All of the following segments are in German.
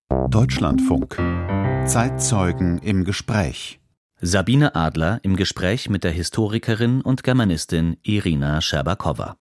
Deutschlandfunk. Zeitzeugen im Gespräch. Sabine Adler im Gespräch mit der Historikerin und Germanistin Irina Scherbakowa.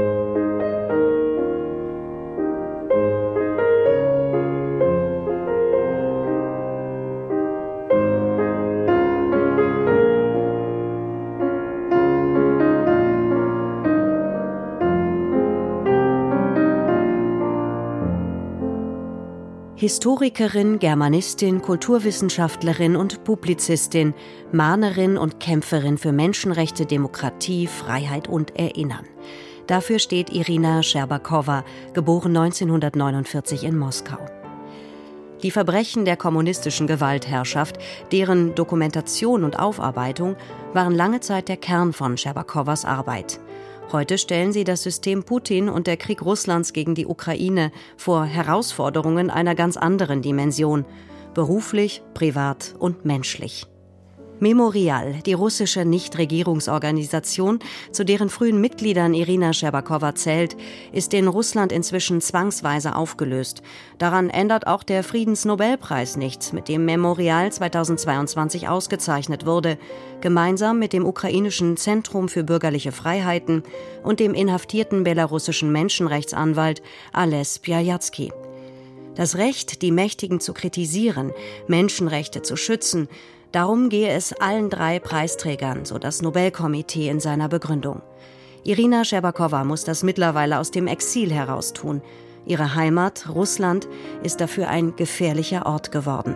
Historikerin, Germanistin, Kulturwissenschaftlerin und Publizistin, Mahnerin und Kämpferin für Menschenrechte, Demokratie, Freiheit und Erinnern. Dafür steht Irina Scherbakowa, geboren 1949 in Moskau. Die Verbrechen der kommunistischen Gewaltherrschaft, deren Dokumentation und Aufarbeitung, waren lange Zeit der Kern von Scherbakowas Arbeit. Heute stellen sie das System Putin und der Krieg Russlands gegen die Ukraine vor Herausforderungen einer ganz anderen Dimension, beruflich, privat und menschlich. Memorial, die russische Nichtregierungsorganisation, zu deren frühen Mitgliedern Irina Scherbakowa zählt, ist in Russland inzwischen zwangsweise aufgelöst. Daran ändert auch der Friedensnobelpreis nichts, mit dem Memorial 2022 ausgezeichnet wurde, gemeinsam mit dem ukrainischen Zentrum für bürgerliche Freiheiten und dem inhaftierten belarussischen Menschenrechtsanwalt Ales Bialyatsky. Das Recht, die Mächtigen zu kritisieren, Menschenrechte zu schützen, darum gehe es allen drei Preisträgern, so das Nobelkomitee in seiner Begründung. Irina Scherbakowa muss das mittlerweile aus dem Exil heraus tun. Ihre Heimat, Russland, ist dafür ein gefährlicher Ort geworden.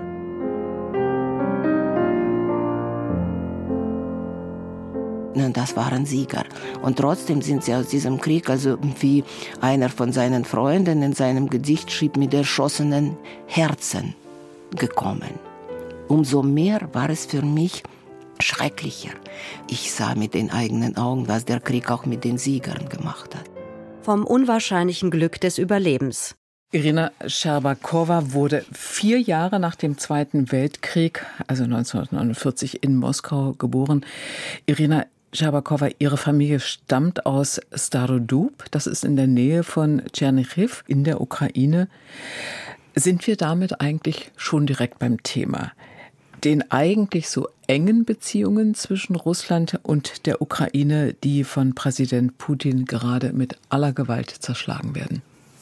Das waren Sieger. Und trotzdem sind sie aus diesem Krieg, also wie einer von seinen Freunden in seinem Gedicht schrieb, mit erschossenen Herzen gekommen. Umso mehr war es für mich schrecklicher. Ich sah mit den eigenen Augen, was der Krieg auch mit den Siegern gemacht hat. Vom unwahrscheinlichen Glück des Überlebens. Irina Scherbakowa wurde 4 Jahre nach dem Zweiten Weltkrieg, also 1949, in Moskau geboren. Irina Scherbakowa, ihre Familie stammt aus Starodub, das ist in der Nähe von Tschernichiw in der Ukraine. Sind wir damit eigentlich schon direkt beim Thema? Den eigentlich so engen Beziehungen zwischen Russland und der Ukraine, die von Präsident Putin gerade mit aller Gewalt zerschlagen werden?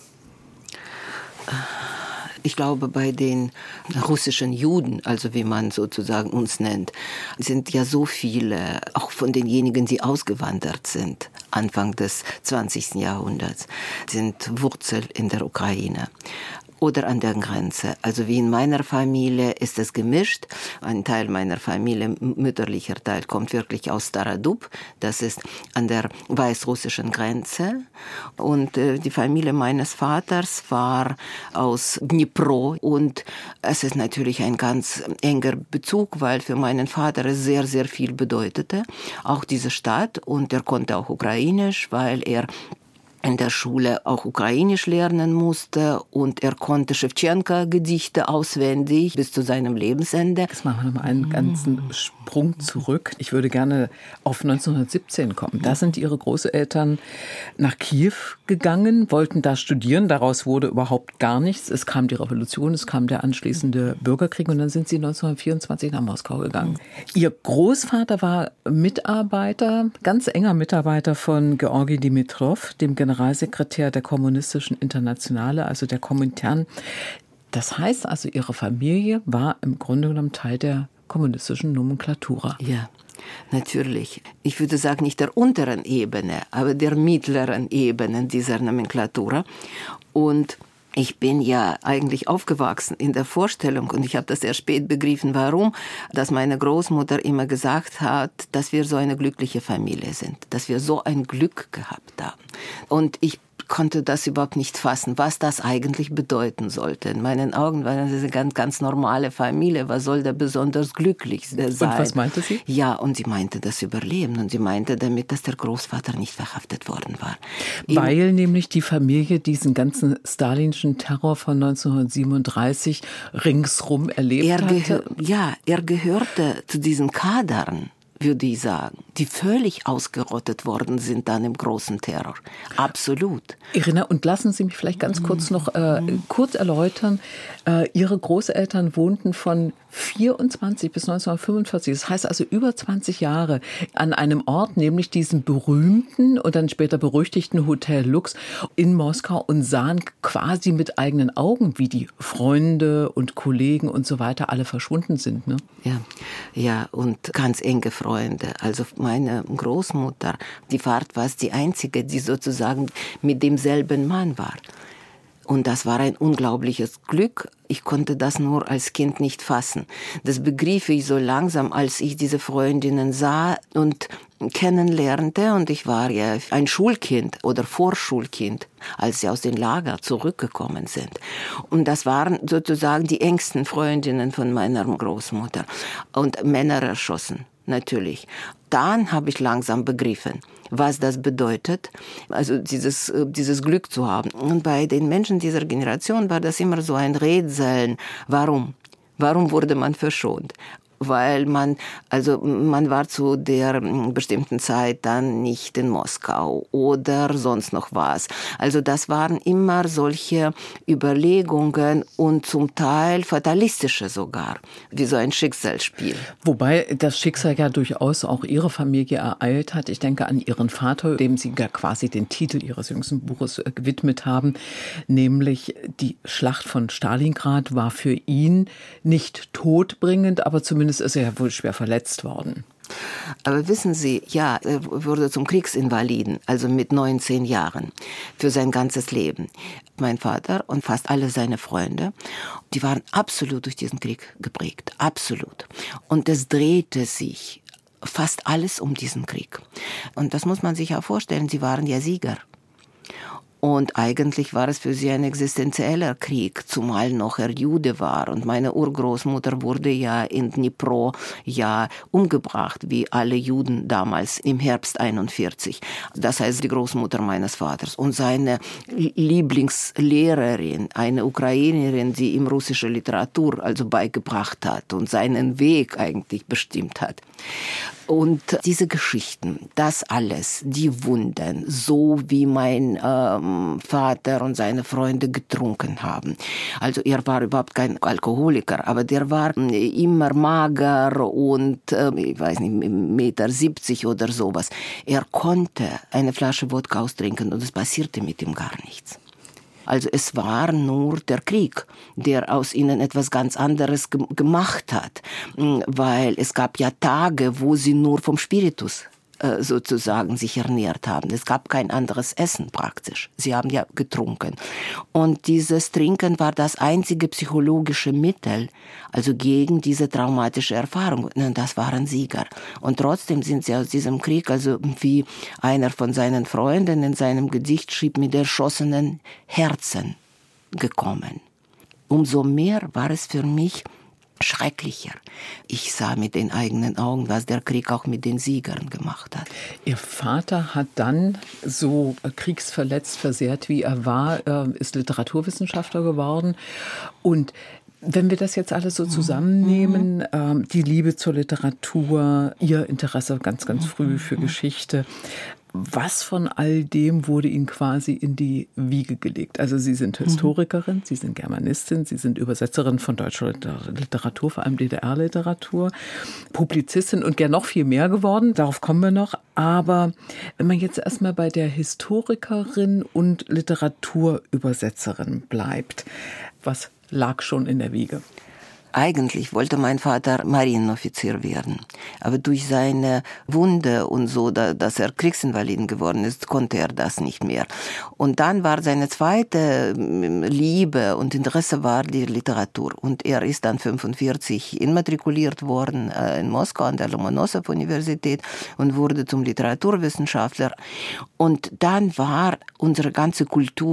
Ich glaube, bei den russischen Juden, also wie man sozusagen uns nennt, sind ja so viele, auch von denjenigen, die ausgewandert sind, Anfang des 20. Jahrhunderts, sind Wurzel in der Ukraine. Oder an der Grenze. Also wie in meiner Familie ist es gemischt. Ein Teil meiner Familie, mütterlicher Teil, kommt wirklich aus Starodub. Das ist an der weißrussischen Grenze. Und die Familie meines Vaters war aus Dnipro. Und es ist natürlich ein ganz enger Bezug, weil für meinen Vater es sehr, sehr viel bedeutete. Auch diese Stadt. Und er konnte auch Ukrainisch, weil er in der Schule auch Ukrainisch lernen musste und er konnte Schewtschenko-Gedichte auswendig bis zu seinem Lebensende. Jetzt machen wir noch mal einen ganzen Sprung zurück. Ich würde gerne auf 1917 kommen. Da sind Ihre Großeltern nach Kiew gegangen, wollten da studieren. Daraus wurde überhaupt gar nichts. Es kam die Revolution, es kam der anschließende Bürgerkrieg und dann sind Sie 1924 nach Moskau gegangen. Ihr Großvater war Mitarbeiter, ganz enger Mitarbeiter von Georgi Dimitrow, dem Generalsekretär der Kommunistischen Internationale, also der Komintern. Das heißt also, Ihre Familie war im Grunde genommen Teil der kommunistischen Nomenklatura. Ja, natürlich. Ich würde sagen, nicht der unteren Ebene, aber der mittleren Ebene dieser Nomenklatura. Und ich bin ja eigentlich aufgewachsen in der Vorstellung, und ich habe das erst spät begriffen, warum, dass meine Großmutter immer gesagt hat, dass wir so eine glückliche Familie sind, dass wir so ein Glück gehabt haben. Und ich konnte das überhaupt nicht fassen, was das eigentlich bedeuten sollte. In meinen Augen war das eine ganz, ganz normale Familie. Was soll da besonders glücklich sein? Und was meinte sie? Ja, und sie meinte das Überleben. Und sie meinte damit, dass der Großvater nicht verhaftet worden war. Weil nämlich die Familie diesen ganzen stalinschen Terror von 1937 ringsrum erlebt hatte? Er gehörte zu diesen Kadern. würde ich sagen, die völlig ausgerottet worden sind dann im großen Terror. Absolut. Irina, und lassen Sie mich vielleicht ganz kurz noch kurz erläutern. Ihre Großeltern wohnten von 24 bis 1945, das heißt also über 20 Jahre, an einem Ort, nämlich diesem berühmten und dann später berüchtigten Hotel Lux in Moskau und sahen quasi mit eigenen Augen, wie die Freunde und Kollegen und so weiter alle verschwunden sind. Ne? Ja, und ganz enge Freunde. Also meine Großmutter, die war fast die einzige, die sozusagen mit demselben Mann war. Und das war ein unglaubliches Glück. Ich konnte das nur als Kind nicht fassen. Das begriff ich so langsam, als ich diese Freundinnen sah und kennenlernte. Und ich war ja ein Schulkind oder Vorschulkind, als sie aus den Lagern zurückgekommen sind. Und das waren sozusagen die engsten Freundinnen von meiner Großmutter. Und Männer erschossen, natürlich. Dann habe ich langsam begriffen, was das bedeutet, also dieses Glück zu haben. Und bei den Menschen dieser Generation war das immer so ein Rätseln. Warum? Warum wurde man verschont? Weil man war zu der bestimmten Zeit dann nicht in Moskau oder sonst noch was. Also das waren immer solche Überlegungen und zum Teil fatalistische sogar, wie so ein Schicksalsspiel. Wobei das Schicksal ja durchaus auch Ihre Familie ereilt hat. Ich denke an Ihren Vater, dem Sie ja quasi den Titel Ihres jüngsten Buches gewidmet haben, nämlich die Schlacht von Stalingrad war für ihn nicht todbringend, aber zumindest ist er ja wohl schwer verletzt worden. Aber wissen Sie, ja, er wurde zum Kriegsinvaliden, also mit 19 Jahren, für sein ganzes Leben. Mein Vater und fast alle seine Freunde, die waren absolut durch diesen Krieg geprägt, absolut. Und es drehte sich fast alles um diesen Krieg. Und das muss man sich auch vorstellen, sie waren ja Sieger. Und eigentlich war es für sie ein existenzieller Krieg, zumal noch er Jude war. Und meine Urgroßmutter wurde ja in Dnipro umgebracht, wie alle Juden damals im Herbst 41. Das heißt, die Großmutter meines Vaters. Und seine Lieblingslehrerin, eine Ukrainerin, die ihm russische Literatur also beigebracht hat und seinen Weg eigentlich bestimmt hat. Und diese Geschichten, das alles, die Wunden, so wie mein Vater und seine Freunde getrunken haben. Also er war überhaupt kein Alkoholiker, aber der war immer mager und, ich weiß nicht, 1,70 Meter oder sowas. Er konnte eine Flasche Wodka austrinken und es passierte mit ihm gar nichts. Also es war nur der Krieg, der aus ihnen etwas ganz anderes gemacht hat, weil es gab ja Tage, wo sie nur vom Spiritus sozusagen sich ernährt haben. Es gab kein anderes Essen praktisch. Sie haben ja getrunken. Und dieses Trinken war das einzige psychologische Mittel, also gegen diese traumatische Erfahrung. Und das waren Sieger. Und trotzdem sind sie aus diesem Krieg, also wie einer von seinen Freunden in seinem Gedicht schrieb, mit erschossenen Herzen gekommen. Umso mehr war es für mich schrecklicher. Ich sah mit den eigenen Augen, was der Krieg auch mit den Siegern gemacht hat. Ihr Vater hat dann, so kriegsverletzt, versehrt wie er war, ist Literaturwissenschaftler geworden. Und wenn wir das jetzt alles so zusammennehmen, die Liebe zur Literatur, Ihr Interesse ganz, ganz früh für Geschichte, was von all dem wurde Ihnen quasi in die Wiege gelegt? Also Sie sind Historikerin, Sie sind Germanistin, Sie sind Übersetzerin von deutscher Literatur, vor allem DDR-Literatur, Publizistin und gern noch viel mehr geworden, darauf kommen wir noch. Aber wenn man jetzt erstmal bei der Historikerin und Literaturübersetzerin bleibt, was lag schon in der Wiege? Eigentlich wollte mein Vater Marineoffizier werden. Aber durch seine Wunde und so, dass er Kriegsinvaliden geworden ist, konnte er das nicht mehr. Und dann war seine zweite Liebe und Interesse war die Literatur. Und er ist dann 1945 immatrikuliert worden in Moskau an der Lomonossow-Universität und wurde zum Literaturwissenschaftler. Und dann war unsere ganze Kultur,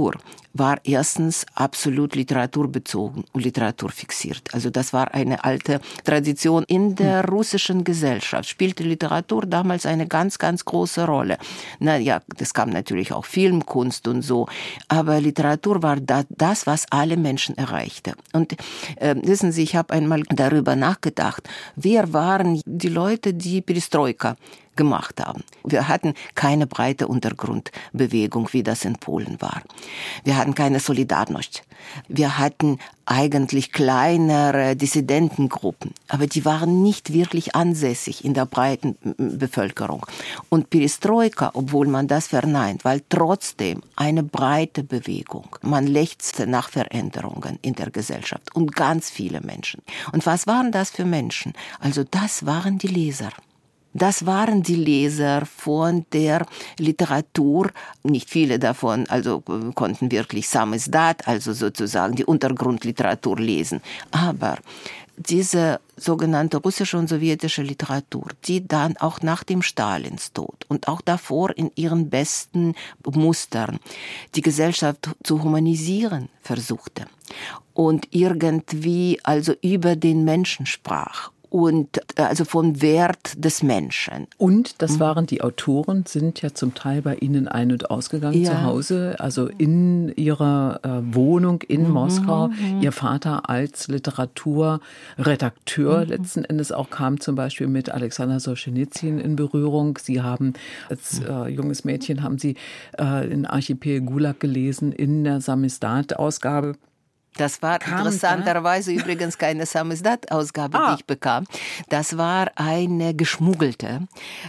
war erstens absolut literaturbezogen und literaturfixiert. Also das war eine alte Tradition in der russischen Gesellschaft. Spielte Literatur damals eine ganz, ganz große Rolle. Naja, das kam natürlich auch Filmkunst und so, aber Literatur war das, was alle Menschen erreichte. Und wissen Sie, ich habe einmal darüber nachgedacht, wer waren die Leute, die Perestroika gemacht haben. Wir hatten keine breite Untergrundbewegung, wie das in Polen war. Wir hatten keine Solidarność. Wir hatten eigentlich kleinere Dissidentengruppen, aber die waren nicht wirklich ansässig in der breiten Bevölkerung. Und Perestroika, obwohl man das verneint, war trotzdem eine breite Bewegung. Man lechzte nach Veränderungen in der Gesellschaft und ganz viele Menschen. Und was waren das für Menschen? Also das waren die Leser. Das waren die Leser von der Literatur. Nicht viele davon konnten wirklich Samizdat, also sozusagen die Untergrundliteratur lesen. Aber diese sogenannte russische und sowjetische Literatur, die dann auch nach dem Stalins Tod und auch davor in ihren besten Mustern die Gesellschaft zu humanisieren versuchte und irgendwie über den Menschen sprach. Und also vom Wert des Menschen. Und das waren die Autoren, sind ja zum Teil bei Ihnen ein- und ausgegangen zu Hause, also in Ihrer Wohnung in Moskau. Ihr Vater als Literaturredakteur letzten Endes auch kam zum Beispiel mit Alexander Solschenizyn in Berührung. Sie haben als junges Mädchen haben Sie den Archipel Gulag gelesen in der Samizdat-Ausgabe. Das war interessanterweise übrigens keine Samizdat-Ausgabe, die ich bekam. Das war eine geschmuggelte,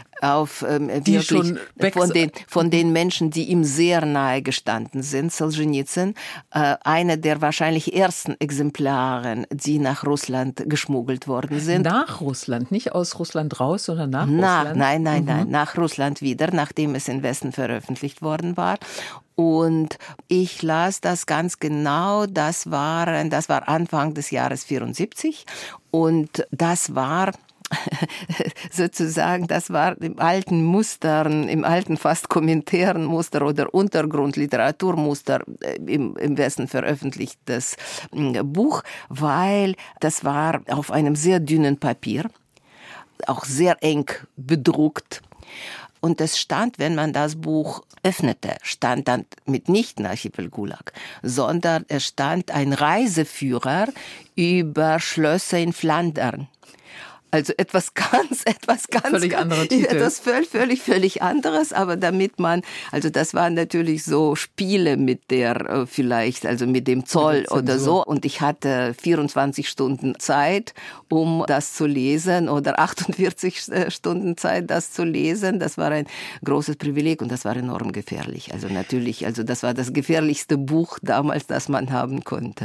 von den Menschen, die ihm sehr nahe gestanden sind, Solschenizyn, eine der wahrscheinlich ersten Exemplaren, die nach Russland geschmuggelt worden sind. Nach Russland, nicht aus Russland raus, sondern nach Russland? Nein, nach Russland wieder, nachdem es im Westen veröffentlicht worden war. Und ich las das ganz genau, das war Anfang des Jahres 74 und das war sozusagen, das war im alten Mustern, im alten fast kommentären Muster oder Untergrundliteraturmuster im Westen veröffentlichtes Buch, weil das war auf einem sehr dünnen Papier, auch sehr eng bedruckt. Und es stand, wenn man das Buch öffnete, stand dann mitnichten Archipel Gulag, sondern es stand ein Reiseführer über Schlösser in Flandern. Also etwas ganz völlig anderer Titel. Etwas völlig anderes, aber damit man, also das waren natürlich so Spiele mit der vielleicht, also mit dem Zoll oder so, und ich hatte 24 Stunden Zeit, um das zu lesen, oder 48 Stunden Zeit, das zu lesen. Das war ein großes Privileg und das war enorm gefährlich. Also natürlich, also das war das gefährlichste Buch damals, das man haben konnte.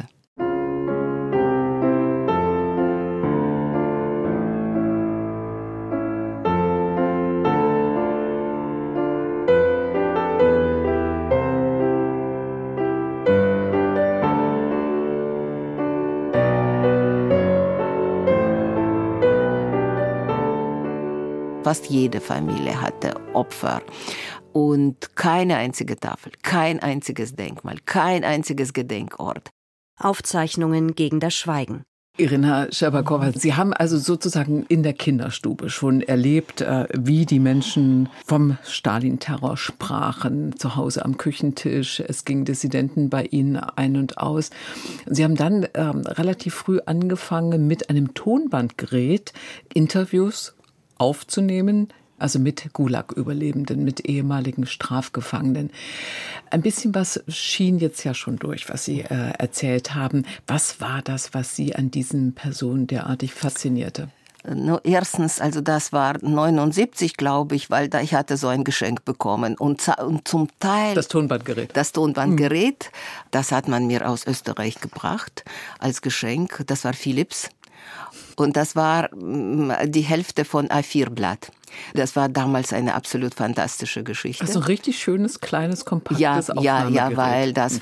Fast jede Familie hatte Opfer und keine einzige Tafel, kein einziges Denkmal, kein einziges Gedenkort. Aufzeichnungen gegen das Schweigen. Irina Scherbakowa, Sie haben also sozusagen in der Kinderstube schon erlebt, wie die Menschen vom Stalin-Terror sprachen, zu Hause am Küchentisch. Es gingen Dissidenten bei Ihnen ein und aus. Sie haben dann relativ früh angefangen, mit einem Tonbandgerät Interviews aufzunehmen, also mit Gulag-Überlebenden, mit ehemaligen Strafgefangenen. Ein bisschen was schien jetzt ja schon durch, was Sie erzählt haben. Was war das, was Sie an diesen Personen derartig faszinierte? Erstens, also das war 79, glaube ich, weil ich hatte so ein Geschenk bekommen. Und zum Teil... Das Tonbandgerät. Das Tonbandgerät, das hat man mir aus Österreich gebracht als Geschenk. Das war Philips. Und das war die Hälfte von A4-Blatt. Das war damals eine absolut fantastische Geschichte. Also ein richtig schönes, kleines, kompaktes Aufnahmegerät. Ja, weil das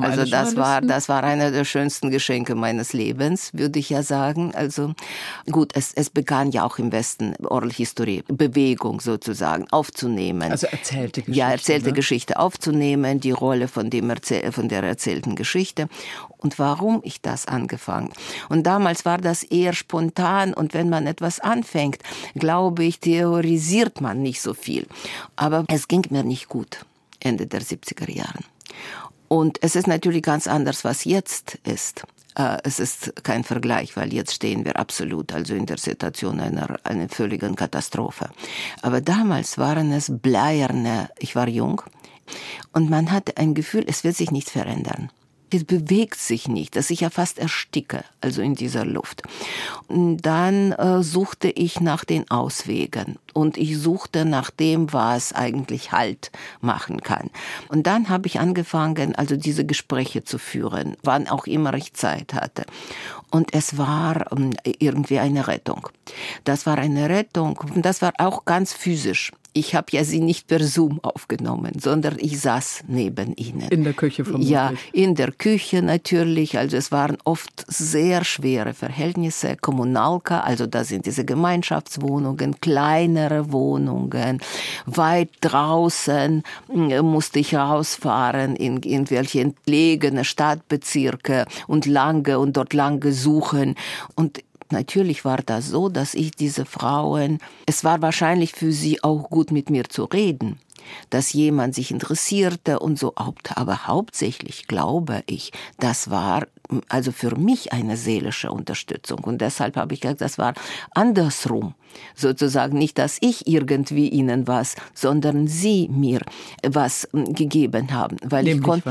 war einer der schönsten Geschenke meines Lebens, würde ich ja sagen. Also gut, es begann ja auch im Westen Oral History, Bewegung sozusagen aufzunehmen. Also erzählte Geschichte. Ja, erzählte Geschichte aufzunehmen, die Rolle von der erzählten Geschichte. Und warum ich das angefangen? Und damals war das eher spontan und wenn man etwas anfängt, glaube ich, theorisiert man nicht so viel. Aber es ging mir nicht gut, Ende der 70er Jahren. Und es ist natürlich ganz anders, was jetzt ist. Es ist kein Vergleich, weil jetzt stehen wir absolut also in der Situation einer völligen Katastrophe. Aber damals waren es bleierne, ich war jung, und man hatte ein Gefühl, es wird sich nicht verändern. Es bewegt sich nicht, dass ich ja fast ersticke, also in dieser Luft. Und dann suchte ich nach den Auswegen und ich suchte nach dem, was eigentlich Halt machen kann. Und dann habe ich angefangen, also diese Gespräche zu führen, wann auch immer ich Zeit hatte. Und es war irgendwie eine Rettung. Das war eine Rettung und das war auch ganz physisch. Ich habe ja sie nicht per Zoom aufgenommen, sondern ich saß neben ihnen. In der Küche vermutlich. Ja, in der Küche natürlich. Also es waren oft sehr schwere Verhältnisse. Kommunalka, also da sind diese Gemeinschaftswohnungen, kleinere Wohnungen. Weit draußen musste ich rausfahren in irgendwelche entlegene Stadtbezirke und dort lange suchen. Und natürlich war das so, dass ich diese Frauen, es war wahrscheinlich für sie auch gut mit mir zu reden, dass jemand sich interessierte und so, aber hauptsächlich glaube ich, das war also für mich eine seelische Unterstützung und deshalb habe ich gesagt, das war andersrum, sozusagen nicht, dass ich irgendwie ihnen was, sondern sie mir was gegeben haben, weil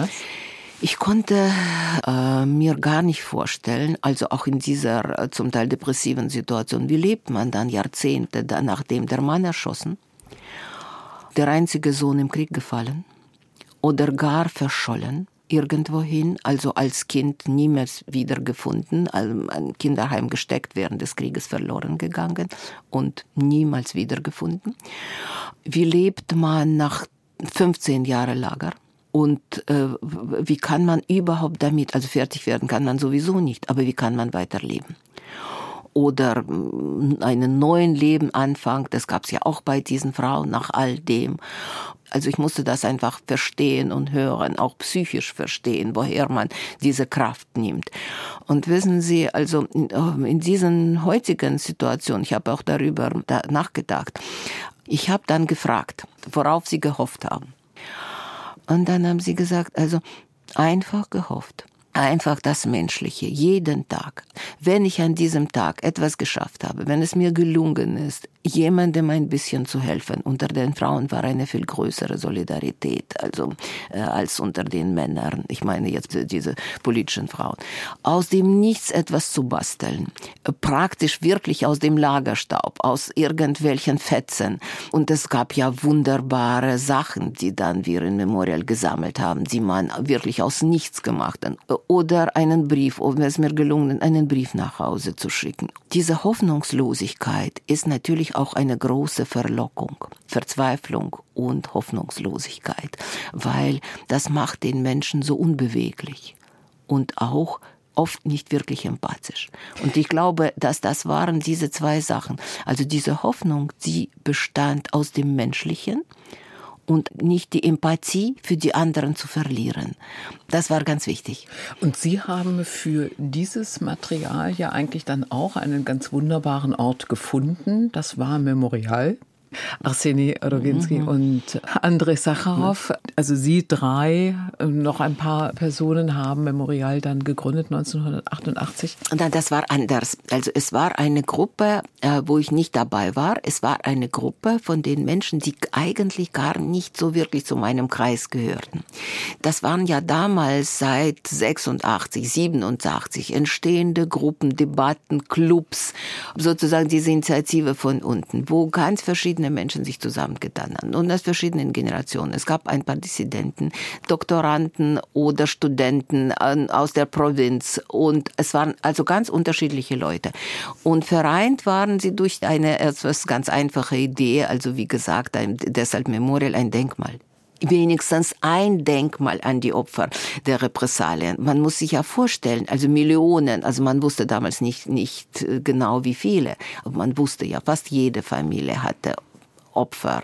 ich konnte mir gar nicht vorstellen, also auch in dieser zum Teil depressiven Situation, wie lebt man dann Jahrzehnte, nachdem der Mann erschossen, der einzige Sohn im Krieg gefallen oder gar verschollen irgendwohin, also als Kind niemals wiedergefunden, ein Kinderheim gesteckt, während des Krieges verloren gegangen und niemals wiedergefunden. Wie lebt man nach 15 Jahren Lager? Und wie kann man überhaupt damit, also fertig werden kann man sowieso nicht, aber wie kann man weiterleben? Oder einen neuen Leben anfangen, das gab es ja auch bei diesen Frauen nach all dem. Also ich musste das einfach verstehen und hören, auch psychisch verstehen, woher man diese Kraft nimmt. Und wissen Sie, also in diesen heutigen Situationen, ich habe auch darüber nachgedacht, ich habe dann gefragt, worauf Sie gehofft haben. Und dann haben sie gesagt, also einfach gehofft. Einfach das Menschliche, jeden Tag. Wenn ich an diesem Tag etwas geschafft habe, wenn es mir gelungen ist, jemandem ein bisschen zu helfen. Unter den Frauen war eine viel größere Solidarität, also als unter den Männern. Ich meine jetzt diese politischen Frauen. Aus dem Nichts etwas zu basteln, praktisch wirklich aus dem Lagerstaub, aus irgendwelchen Fetzen. Und es gab ja wunderbare Sachen, die dann wir in Memorial gesammelt haben, die man wirklich aus nichts gemacht hat. Oder einen Brief, oder es mir gelungen, einen Brief nach Hause zu schicken. Diese Hoffnungslosigkeit ist natürlich auch eine große Verlockung, Verzweiflung und Hoffnungslosigkeit, weil das macht den Menschen so unbeweglich und auch oft nicht wirklich empathisch. Und ich glaube, dass das waren diese zwei Sachen. Also diese Hoffnung, die bestand aus dem Menschlichen und nicht die Empathie für die anderen zu verlieren. Das war ganz wichtig. Und Sie haben für dieses Material ja eigentlich dann auch einen ganz wunderbaren Ort gefunden. Das war Memorial. Arseni Roginski und Andrei Sacharow, also Sie drei, noch ein paar Personen haben Memorial dann gegründet 1988. Das war anders. Also es war eine Gruppe, wo ich nicht dabei war. Es war eine Gruppe von den Menschen, die eigentlich gar nicht so wirklich zu meinem Kreis gehörten. Das waren ja damals seit 86, 87 entstehende Gruppen, Debatten, Clubs, sozusagen diese Initiative von unten, wo ganz verschiedene verschiedene Menschen sich zusammengetan haben und aus verschiedenen Generationen. Es gab ein paar Dissidenten, Doktoranden oder Studenten aus der Provinz und es waren also ganz unterschiedliche Leute. Und vereint waren sie durch eine etwas ganz einfache Idee, also wie gesagt, deshalb Memorial, ein Denkmal. Wenigstens ein Denkmal an die Opfer der Repressalien. Man muss sich ja vorstellen, also Millionen, also man wusste damals nicht genau wie viele, aber man wusste ja, fast jede Familie hatte Opfer.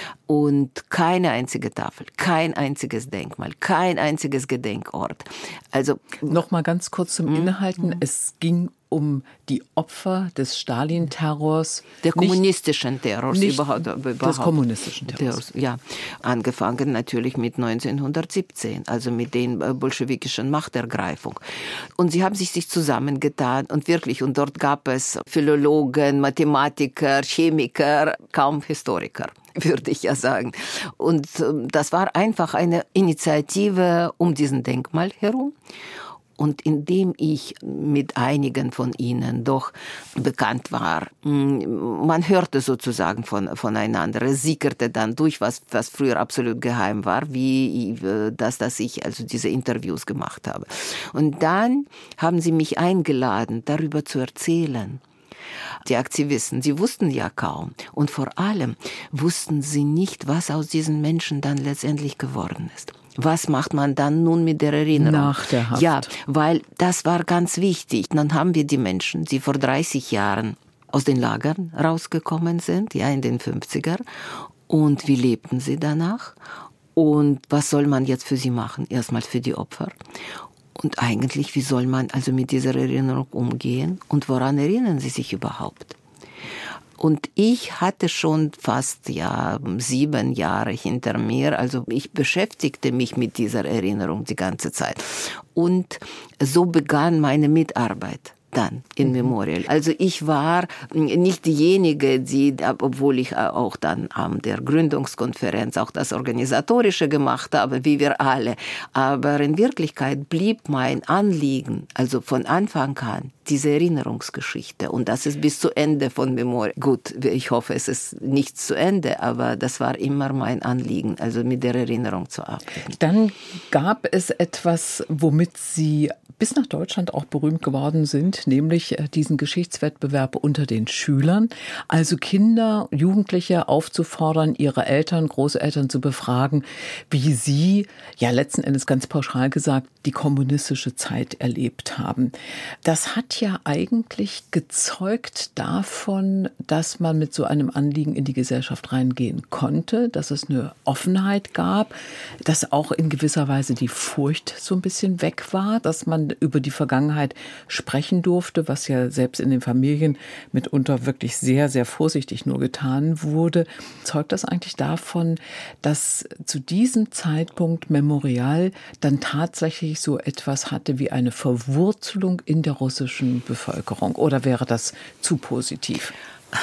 Und keine einzige Tafel, kein einziges Denkmal, kein einziges Gedenkort. Also noch mal ganz kurz zum Innehalten. Es ging um die Opfer des Stalin-Terrors. Der kommunistischen Terrors überhaupt. Des kommunistischen Terrors. Ja, angefangen natürlich mit 1917, also mit den bolschewikischen Machtergreifung. Und sie haben sich zusammengetan und wirklich, und dort gab es Philologen, Mathematiker, Chemiker, kaum Historiker, würde ich ja sagen. Und das war einfach eine Initiative um diesen Denkmal herum. Und indem ich mit einigen von ihnen doch bekannt war, man hörte sozusagen voneinander, es sickerte dann durch, was früher absolut geheim war, wie dass ich also diese Interviews gemacht habe. Und dann haben sie mich eingeladen, darüber zu erzählen. Die Aktivisten, sie wussten ja kaum. Und vor allem wussten sie nicht, was aus diesen Menschen dann letztendlich geworden ist. Was macht man dann nun mit der Erinnerung? Nach der Haft. Ja, weil das war ganz wichtig. Dann haben wir die Menschen, die vor 30 Jahren aus den Lagern rausgekommen sind, ja, in den 50er. Und wie lebten sie danach? Und was soll man jetzt für sie machen? Erstmal für die Opfer. Und eigentlich, wie soll man also mit dieser Erinnerung umgehen? Und woran erinnern sie sich überhaupt? Und ich hatte schon fast 7 Jahre hinter mir, also ich beschäftigte mich mit dieser Erinnerung die ganze Zeit. Und so begann meine Mitarbeit dann in Memorial. Also ich war nicht diejenige, obwohl ich auch dann an der Gründungskonferenz auch das Organisatorische gemacht habe, wie wir alle. Aber in Wirklichkeit blieb mein Anliegen, also von Anfang an, diese Erinnerungsgeschichte. Und das ist bis zu Ende von Memorial. Gut, ich hoffe, es ist nicht zu Ende, aber das war immer mein Anliegen, also mit der Erinnerung zu arbeiten. Dann gab es etwas, womit Sie bis nach Deutschland auch berühmt geworden sind, nämlich diesen Geschichtswettbewerb unter den Schülern. Also Kinder, Jugendliche aufzufordern, ihre Eltern, Großeltern zu befragen, wie sie, ja letzten Endes ganz pauschal gesagt, die kommunistische Zeit erlebt haben. Das hat ja eigentlich gezeugt davon, dass man mit so einem Anliegen in die Gesellschaft reingehen konnte, dass es eine Offenheit gab, dass auch in gewisser Weise die Furcht so ein bisschen weg war, dass man über die Vergangenheit sprechen durfte, was ja selbst in den Familien mitunter wirklich sehr, sehr vorsichtig nur getan wurde. Zeugt das eigentlich davon, dass zu diesem Zeitpunkt Memorial dann tatsächlich so etwas hatte wie eine Verwurzelung in der russischen Bevölkerung? Oder wäre das zu positiv?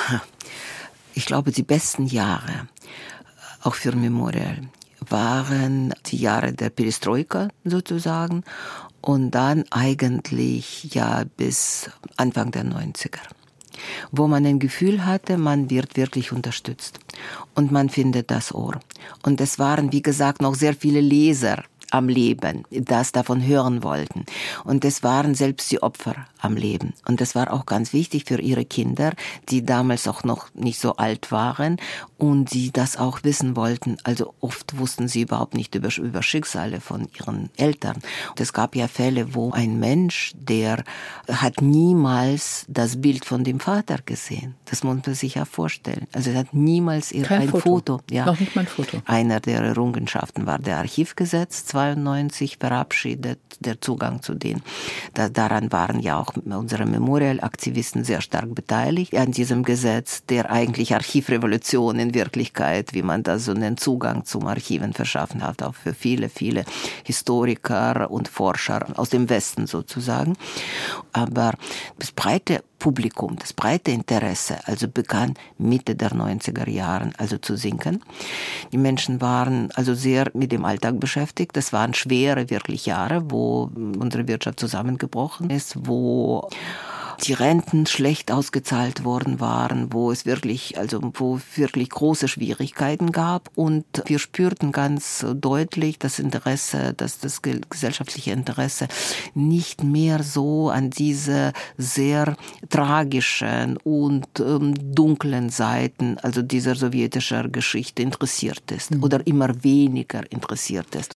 Ich glaube, die besten Jahre, auch für Memorial, waren die Jahre der Perestroika sozusagen und dann eigentlich bis Anfang der 90er, wo man ein Gefühl hatte, man wird wirklich unterstützt und man findet das Ohr. Und es waren, wie gesagt, noch sehr viele Leser am Leben, das davon hören wollten. Und es waren selbst die Opfer am Leben. Und das war auch ganz wichtig für ihre Kinder, die damals auch noch nicht so alt waren und die das auch wissen wollten. Also oft wussten sie überhaupt nicht über Schicksale von ihren Eltern. Und es gab ja Fälle, wo ein Mensch, der hat niemals das Bild von dem Vater gesehen. Das muss man sich ja vorstellen. Also er hat niemals ein Foto. Ja. Noch nicht mal ein Foto. Einer der Errungenschaften war der Archivgesetz 92 verabschiedet, der Zugang zu denen. Daran waren ja auch unsere Memorial-Aktivisten sehr stark beteiligt an diesem Gesetz, der eigentlich Archivrevolution in Wirklichkeit, wie man das so nennt, Zugang zum Archiven verschaffen hat, auch für viele, viele Historiker und Forscher aus dem Westen sozusagen. Aber das breite Publikum, das breite Interesse, also begann Mitte der 90er Jahren also zu sinken. Die Menschen waren also sehr mit dem Alltag beschäftigt. Das waren schwere, wirklich Jahre, wo unsere Wirtschaft zusammengebrochen ist, wo die Renten schlecht ausgezahlt worden waren, wo wirklich große Schwierigkeiten gab. Und wir spürten ganz deutlich das gesellschaftliche Interesse nicht mehr so an diese sehr tragischen und dunklen Seiten, also dieser sowjetischen Geschichte interessiert ist oder immer weniger interessiert ist.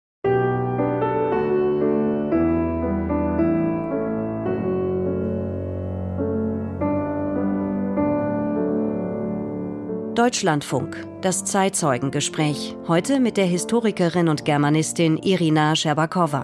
Deutschlandfunk, das Zeitzeugengespräch. Heute mit der Historikerin und Germanistin Irina Scherbakowa.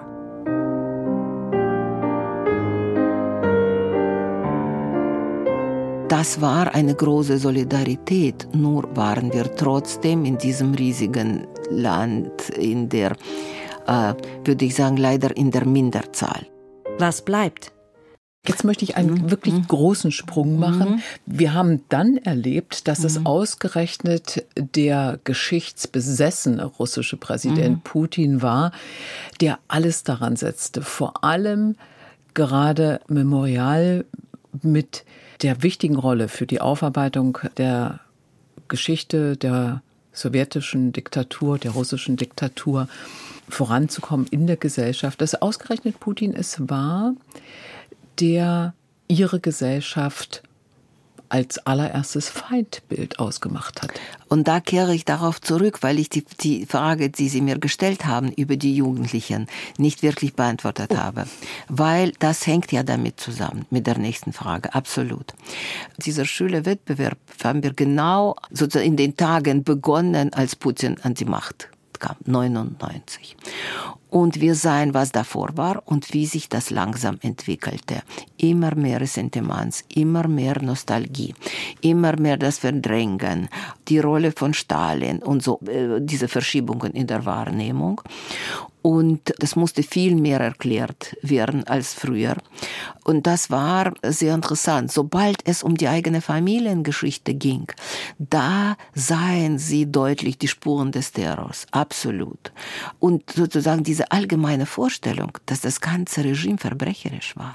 Das war eine große Solidarität, nur waren wir trotzdem in diesem riesigen Land in der, würde ich sagen, leider in der Minderzahl. Was bleibt? Jetzt möchte ich einen wirklich großen Sprung machen. Wir haben dann erlebt, dass es ausgerechnet der geschichtsbesessene russische Präsident Putin war, der alles daran setzte. Vor allem gerade Memorial mit der wichtigen Rolle für die Aufarbeitung der Geschichte der sowjetischen Diktatur, der russischen Diktatur voranzukommen in der Gesellschaft. Dass ausgerechnet Putin es war, der ihre Gesellschaft als allererstes Feindbild ausgemacht hat. Und da kehre ich darauf zurück, weil ich die Frage, die Sie mir gestellt haben über die Jugendlichen, nicht wirklich beantwortet habe. Weil das hängt ja damit zusammen, mit der nächsten Frage, absolut. Dieser Schülerwettbewerb haben wir genau sozusagen in den Tagen begonnen, als Putin an die Macht kam, 1999. Und wir sahen, was davor war und wie sich das langsam entwickelte. Immer mehr Ressentiments, immer mehr Nostalgie, immer mehr das Verdrängen, die Rolle von Stalin und so, diese Verschiebungen in der Wahrnehmung. Und das musste viel mehr erklärt werden als früher. Und das war sehr interessant. Sobald es um die eigene Familiengeschichte ging, da sahen sie deutlich die Spuren des Terrors. Absolut. Und sozusagen diese allgemeine Vorstellung, dass das ganze Regime verbrecherisch war.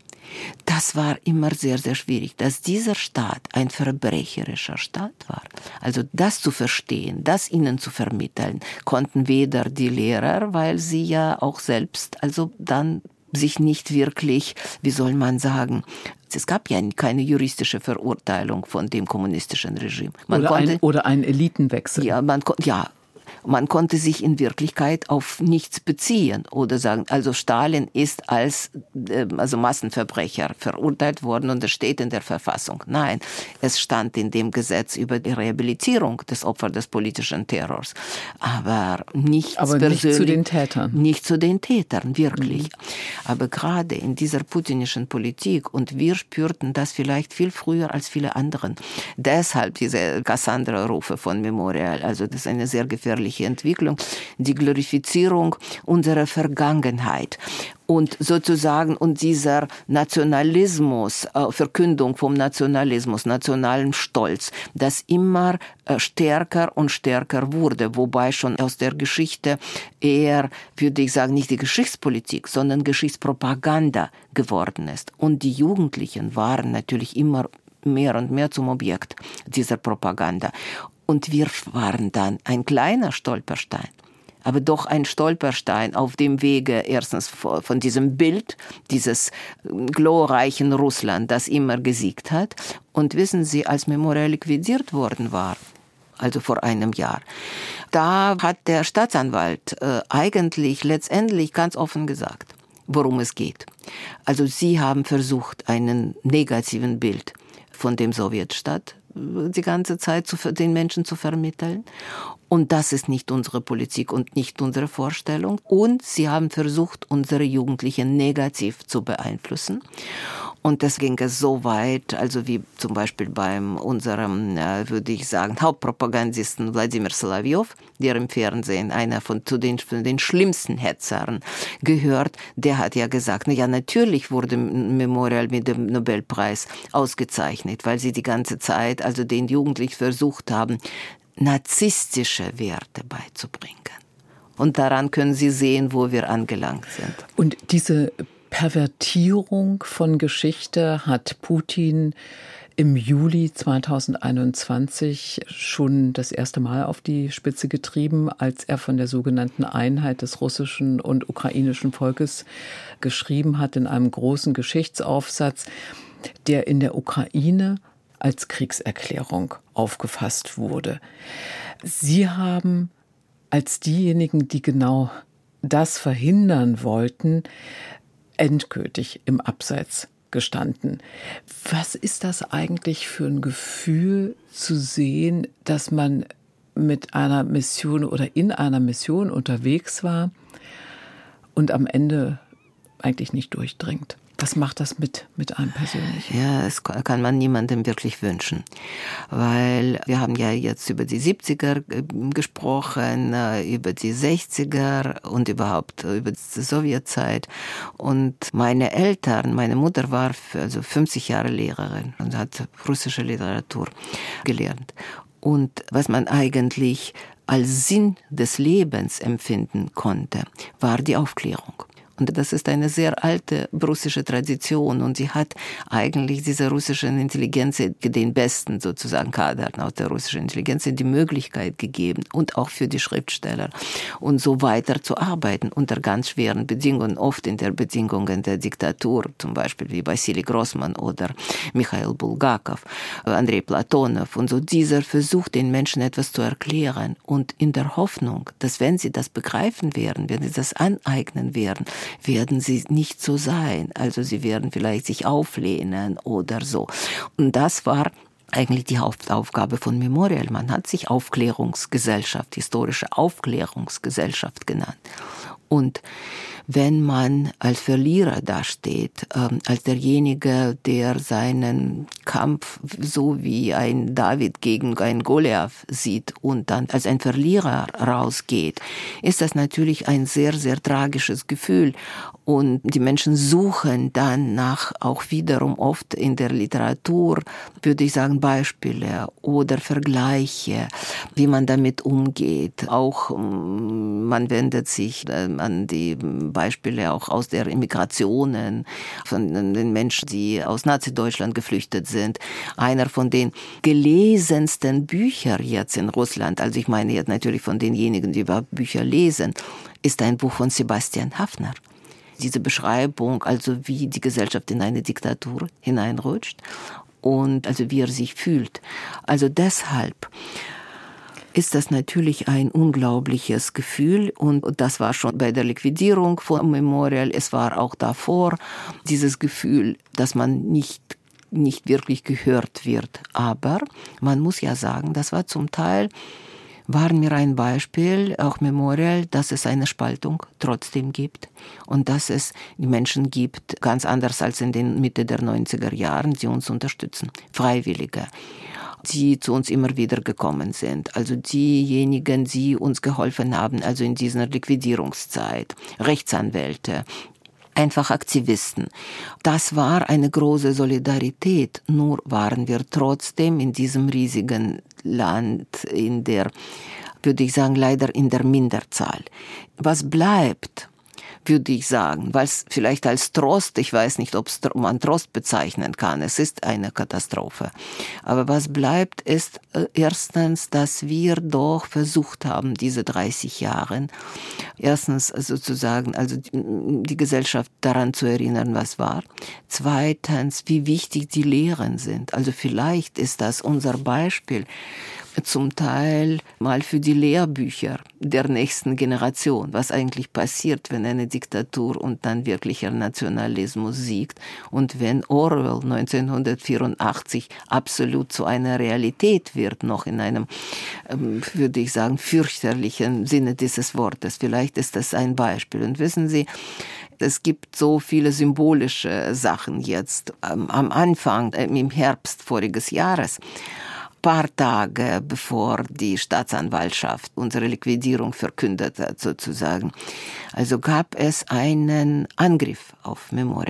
Das war immer sehr, sehr schwierig, dass dieser Staat ein verbrecherischer Staat war. Also das zu verstehen, das ihnen zu vermitteln, konnten weder die Lehrer, weil sie ja auch selbst also dann sich nicht wirklich, wie soll man sagen, es gab ja keine juristische Verurteilung von dem kommunistischen Regime. Oder ein Elitenwechsel. Ja, man konnte sich in Wirklichkeit auf nichts beziehen oder sagen, also Stalin ist als Massenverbrecher verurteilt worden und es steht in der Verfassung. Nein, es stand in dem Gesetz über die Rehabilitierung des Opfers des politischen Terrors. Aber nicht zu den Tätern. Nicht zu den Tätern, wirklich. Aber gerade in dieser putinischen Politik, und wir spürten das vielleicht viel früher als viele anderen. Deshalb diese Cassandra-Rufe von Memorial, also das ist eine sehr gefährliche Entwicklung, die Glorifizierung unserer Vergangenheit und sozusagen und dieser Nationalismus, Verkündung vom Nationalismus, nationalem Stolz, das immer stärker und stärker wurde, wobei schon aus der Geschichte eher, würde ich sagen, nicht die Geschichtspolitik, sondern Geschichtspropaganda geworden ist. Und die Jugendlichen waren natürlich immer mehr und mehr zum Objekt dieser Propaganda. Und wir waren dann ein kleiner Stolperstein, aber doch ein Stolperstein auf dem Wege erstens von diesem Bild dieses glorreichen Russland, das immer gesiegt hat. Und wissen Sie, als Memorial liquidiert worden war, also vor einem Jahr, da hat der Staatsanwalt eigentlich letztendlich ganz offen gesagt, worum es geht. Also sie haben versucht, einen negativen Bild von dem Sowjetstaat die ganze Zeit den Menschen zu vermitteln. Und das ist nicht unsere Politik und nicht unsere Vorstellung. Und sie haben versucht, unsere Jugendlichen negativ zu beeinflussen. Und das ging es so weit, also wie zum Beispiel bei unserem, würde ich sagen, Hauptpropagandisten Wladimir Solowjow, der im Fernsehen einer von den schlimmsten Hetzern gehört, der hat ja gesagt, na ja, natürlich wurde Memorial mit dem Nobelpreis ausgezeichnet, weil sie die ganze Zeit, also den Jugendlichen versucht haben, narzisstische Werte beizubringen. Und daran können Sie sehen, wo wir angelangt sind. Und diese Pervertierung von Geschichte hat Putin im Juli 2021 schon das erste Mal auf die Spitze getrieben, als er von der sogenannten Einheit des russischen und ukrainischen Volkes geschrieben hat in einem großen Geschichtsaufsatz, der in der Ukraine als Kriegserklärung aufgefasst wurde. Sie haben als diejenigen, die genau das verhindern wollten, endgültig im Abseits gestanden. Was ist das eigentlich für ein Gefühl zu sehen, dass man mit einer Mission oder in einer Mission unterwegs war und am Ende eigentlich nicht durchdringt? Was macht das mit einem persönlich? Ja, das kann man niemandem wirklich wünschen. Weil wir haben ja jetzt über die 70er gesprochen, über die 60er und überhaupt über die Sowjetzeit. Und meine Eltern, meine Mutter war also 50 Jahre Lehrerin und hat russische Literatur gelernt. Und was man eigentlich als Sinn des Lebens empfinden konnte, war die Aufklärung. Und das ist eine sehr alte russische Tradition und sie hat eigentlich dieser russischen Intelligenz, den besten sozusagen Kadern aus der russischen Intelligenz, die Möglichkeit gegeben und auch für die Schriftsteller und so weiter zu arbeiten unter ganz schweren Bedingungen, oft in der Bedingungen der Diktatur, zum Beispiel wie Wassili Grossman oder Michail Bulgakov, Andrei Platonow und so. Dieser versucht den Menschen etwas zu erklären und in der Hoffnung, dass wenn sie das begreifen werden, wenn sie das aneignen werden sie nicht so sein. Also sie werden vielleicht sich auflehnen oder so. Und das war eigentlich die Hauptaufgabe von Memorial. Man hat sich Aufklärungsgesellschaft, historische Aufklärungsgesellschaft genannt. Und wenn man als Verlierer dasteht, als derjenige, der seinen Kampf so wie ein David gegen einen Goliath sieht und dann als ein Verlierer rausgeht, ist das natürlich ein sehr, sehr tragisches Gefühl. Und die Menschen suchen dann nach auch wiederum oft in der Literatur, würde ich sagen, Beispiele oder Vergleiche, wie man damit umgeht. Auch man wendet sich an die Beispiele auch aus der Immigrationen von den Menschen, die aus Nazi-Deutschland geflüchtet sind. Einer von den gelesensten Büchern jetzt in Russland, also ich meine jetzt natürlich von denjenigen, die überhaupt Bücher lesen, ist ein Buch von Sebastian Haffner. Diese Beschreibung, also wie die Gesellschaft in eine Diktatur hineinrutscht und also wie er sich fühlt. Also deshalb ist das natürlich ein unglaubliches Gefühl und das war schon bei der Liquidierung von Memorial, es war auch davor dieses Gefühl, dass man nicht wirklich gehört wird. Aber man muss ja sagen, das war zum Teil, war mir ein Beispiel, auch Memorial, dass es eine Spaltung trotzdem gibt und dass es die Menschen gibt, ganz anders als in den Mitte der 90er Jahren, die uns unterstützen, Freiwillige, die zu uns immer wieder gekommen sind. Also diejenigen, die uns geholfen haben, also in dieser Liquidierungszeit, Rechtsanwälte, einfach Aktivisten. Das war eine große Solidarität, nur waren wir trotzdem in diesem riesigen Land würde ich sagen, leider in der Minderzahl. Was bleibt, würde ich sagen, weil es vielleicht als Trost, ich weiß nicht, ob man Trost bezeichnen kann, es ist eine Katastrophe. Aber was bleibt, ist erstens, dass wir doch versucht haben, diese 30 Jahre, erstens sozusagen, also die Gesellschaft daran zu erinnern, was war. Zweitens, wie wichtig die Lehren sind. Also vielleicht ist das unser Beispiel, zum Teil mal für die Lehrbücher der nächsten Generation, was eigentlich passiert, wenn eine Diktatur und dann wirklicher Nationalismus siegt und wenn Orwell 1984 absolut zu einer Realität wird, noch in einem, würde ich sagen, fürchterlichen Sinne dieses Wortes. Vielleicht ist das ein Beispiel. Und wissen Sie, es gibt so viele symbolische Sachen jetzt. Am Anfang, im Herbst voriges Jahres, paar Tage bevor die Staatsanwaltschaft unsere Liquidierung verkündet hat, sozusagen. Also gab es einen Angriff auf Memorial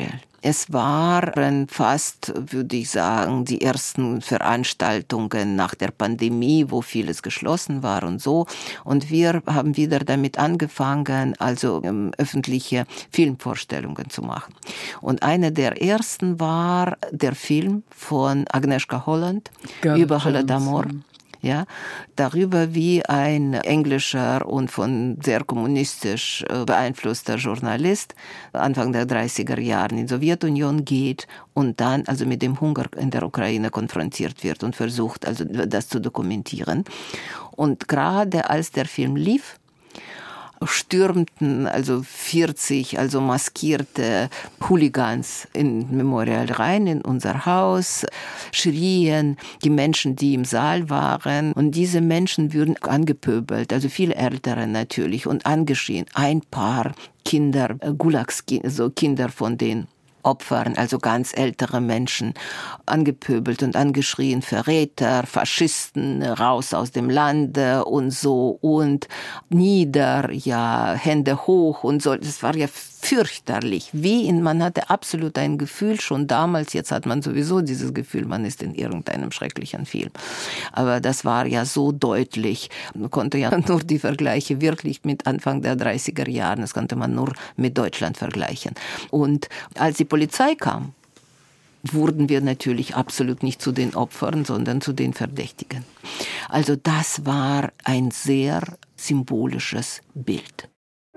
Es waren fast, würde ich sagen, die ersten Veranstaltungen nach der Pandemie, wo vieles geschlossen war und so. Und wir haben wieder damit angefangen, also öffentliche Filmvorstellungen zu machen. Und eine der ersten war der Film von Agnieszka Holland über Holodomor. Ja, darüber, wie ein englischer und von sehr kommunistisch beeinflusster Journalist Anfang der 30er Jahre in die Sowjetunion geht und dann also mit dem Hunger in der Ukraine konfrontiert wird und versucht, also das zu dokumentieren. Und gerade als der Film lief, stürmten also 40 maskierte Hooligans in Memorial rein in unser Haus, schrien die Menschen, die im Saal waren, und diese Menschen wurden angepöbelt, also viele Ältere natürlich, und angeschrien. Ein paar Kinder, Kinder von den Opfern, also ganz ältere Menschen, angepöbelt und angeschrien, Verräter, Faschisten, raus aus dem Lande und so und nieder, ja, Hände hoch und so. Das war ja fürchterlich. Man hatte absolut ein Gefühl schon damals, jetzt hat man sowieso dieses Gefühl, man ist in irgendeinem schrecklichen Film. Aber das war ja so deutlich. Man konnte ja nur die Vergleiche wirklich mit Anfang der 30er Jahre, das konnte man nur mit Deutschland vergleichen. Und als die Polizei kam, wurden wir natürlich absolut nicht zu den Opfern, sondern zu den Verdächtigen. Also das war ein sehr symbolisches Bild.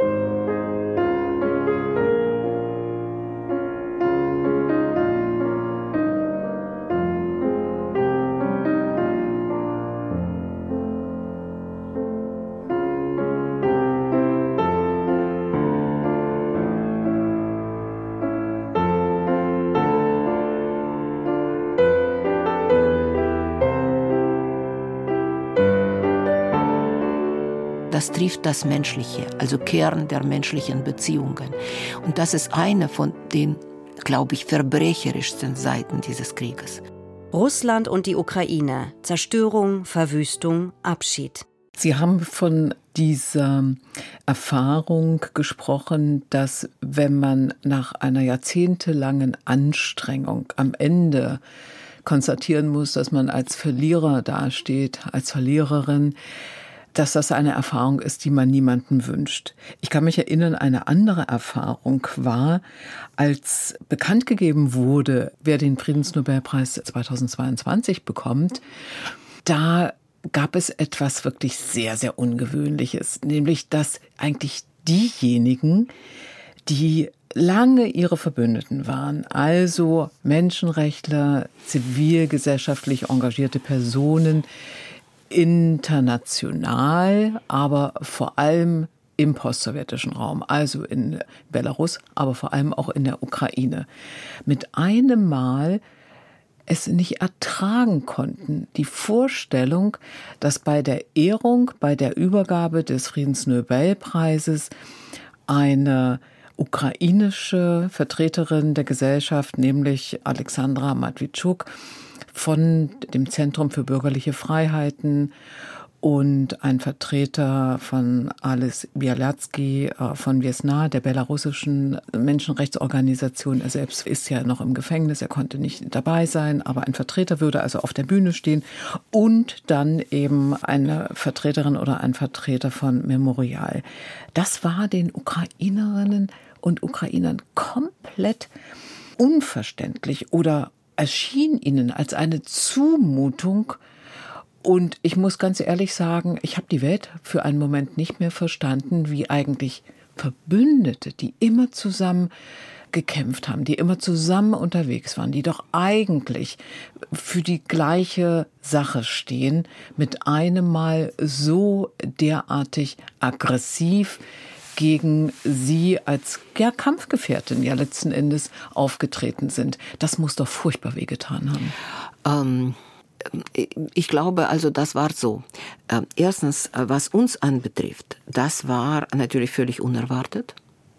Das trifft das Menschliche, also Kern der menschlichen Beziehungen. Und das ist eine von den, glaube ich, verbrecherischsten Seiten dieses Krieges. Russland und die Ukraine. Zerstörung, Verwüstung, Abschied. Sie haben von dieser Erfahrung gesprochen, dass wenn man nach einer jahrzehntelangen Anstrengung am Ende konstatieren muss, dass man als Verlierer dasteht, als Verliererin, dass das eine Erfahrung ist, die man niemandem wünscht. Ich kann mich erinnern, eine andere Erfahrung war, als bekannt gegeben wurde, wer den Friedensnobelpreis 2022 bekommt, da gab es etwas wirklich sehr, sehr Ungewöhnliches, nämlich dass eigentlich diejenigen, die lange ihre Verbündeten waren, also Menschenrechtler, zivilgesellschaftlich engagierte Personen, international, aber vor allem im postsowjetischen Raum, also in Belarus, aber vor allem auch in der Ukraine, mit einem Mal es nicht ertragen konnten. Die Vorstellung, dass bei der Ehrung, bei der Übergabe des Friedensnobelpreises eine ukrainische Vertreterin der Gesellschaft, nämlich Alexandra Matwitschuk, von dem Zentrum für bürgerliche Freiheiten und ein Vertreter von Ales Bialiatski von Wiesna, der belarussischen Menschenrechtsorganisation. Er selbst ist ja noch im Gefängnis, er konnte nicht dabei sein, aber ein Vertreter würde also auf der Bühne stehen und dann eben eine Vertreterin oder ein Vertreter von Memorial. Das war den Ukrainerinnen und Ukrainern komplett unverständlich oder erschien ihnen als eine Zumutung. Und ich muss ganz ehrlich sagen, ich habe die Welt für einen Moment nicht mehr verstanden, wie eigentlich Verbündete, die immer zusammen gekämpft haben, die immer zusammen unterwegs waren, die doch eigentlich für die gleiche Sache stehen, mit einem Mal so derartig aggressiv gegen sie als Kampfgefährtin ja letzten Endes aufgetreten sind. Das muss doch furchtbar wehgetan haben. Ich glaube, also das war so. Erstens, was uns anbetrifft, das war natürlich völlig unerwartet.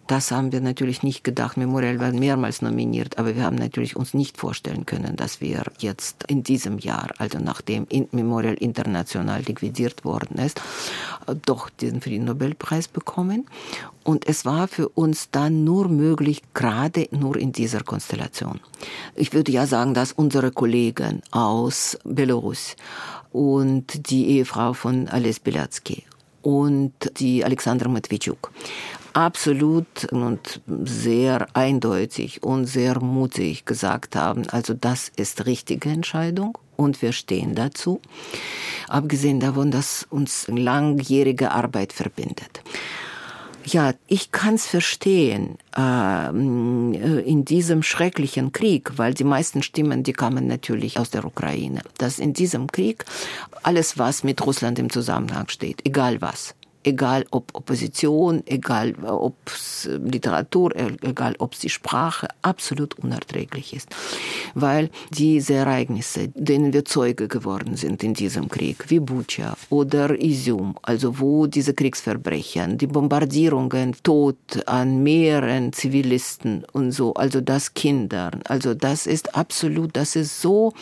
Das haben wir natürlich nicht gedacht. Memorial war mehrmals nominiert, aber wir haben natürlich uns nicht vorstellen können, dass wir jetzt in diesem Jahr, also nachdem Memorial international liquidiert worden ist, doch den Friedensnobelpreis bekommen. Und es war für uns dann nur möglich, gerade nur in dieser Konstellation. Ich würde ja sagen, dass unsere Kollegen aus Belarus und die Ehefrau von Ales Bialiatski und die Alexandra Matwitschuk absolut und sehr eindeutig und sehr mutig gesagt haben, also das ist richtige Entscheidung und wir stehen dazu. Abgesehen davon, dass uns langjährige Arbeit verbindet. Ja, ich kann es verstehen in diesem schrecklichen Krieg, weil die meisten Stimmen, die kamen natürlich aus der Ukraine, dass in diesem Krieg alles, was mit Russland im Zusammenhang steht, egal was, egal ob Opposition, egal ob es Literatur, egal ob es die Sprache, absolut unerträglich ist. Weil diese Ereignisse, denen wir Zeuge geworden sind in diesem Krieg, wie Bucha oder Izium, also wo diese Kriegsverbrechen, die Bombardierungen, Tod an mehreren Zivilisten und so, also das Kindern, also das ist so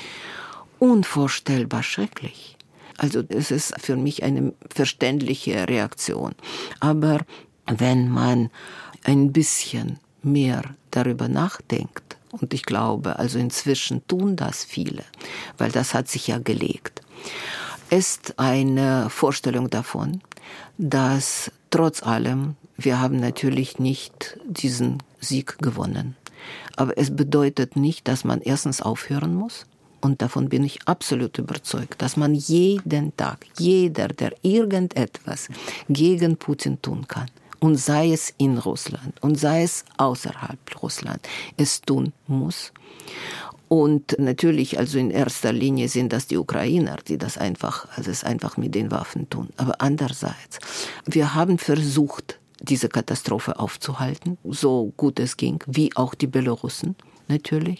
unvorstellbar schrecklich. Also es ist für mich eine verständliche Reaktion. Aber wenn man ein bisschen mehr darüber nachdenkt, und ich glaube, also inzwischen tun das viele, weil das hat sich ja gelegt, ist eine Vorstellung davon, dass trotz allem, wir haben natürlich nicht diesen Sieg gewonnen. Aber es bedeutet nicht, dass man erstens aufhören muss. Und davon bin ich absolut überzeugt, dass man jeden Tag, jeder, der irgendetwas gegen Putin tun kann, und sei es in Russland und sei es außerhalb Russland, es tun muss. Und natürlich, also in erster Linie sind das die Ukrainer, die das einfach mit den Waffen tun. Aber andererseits, wir haben versucht, diese Katastrophe aufzuhalten, so gut es ging, wie auch die Belarussen natürlich.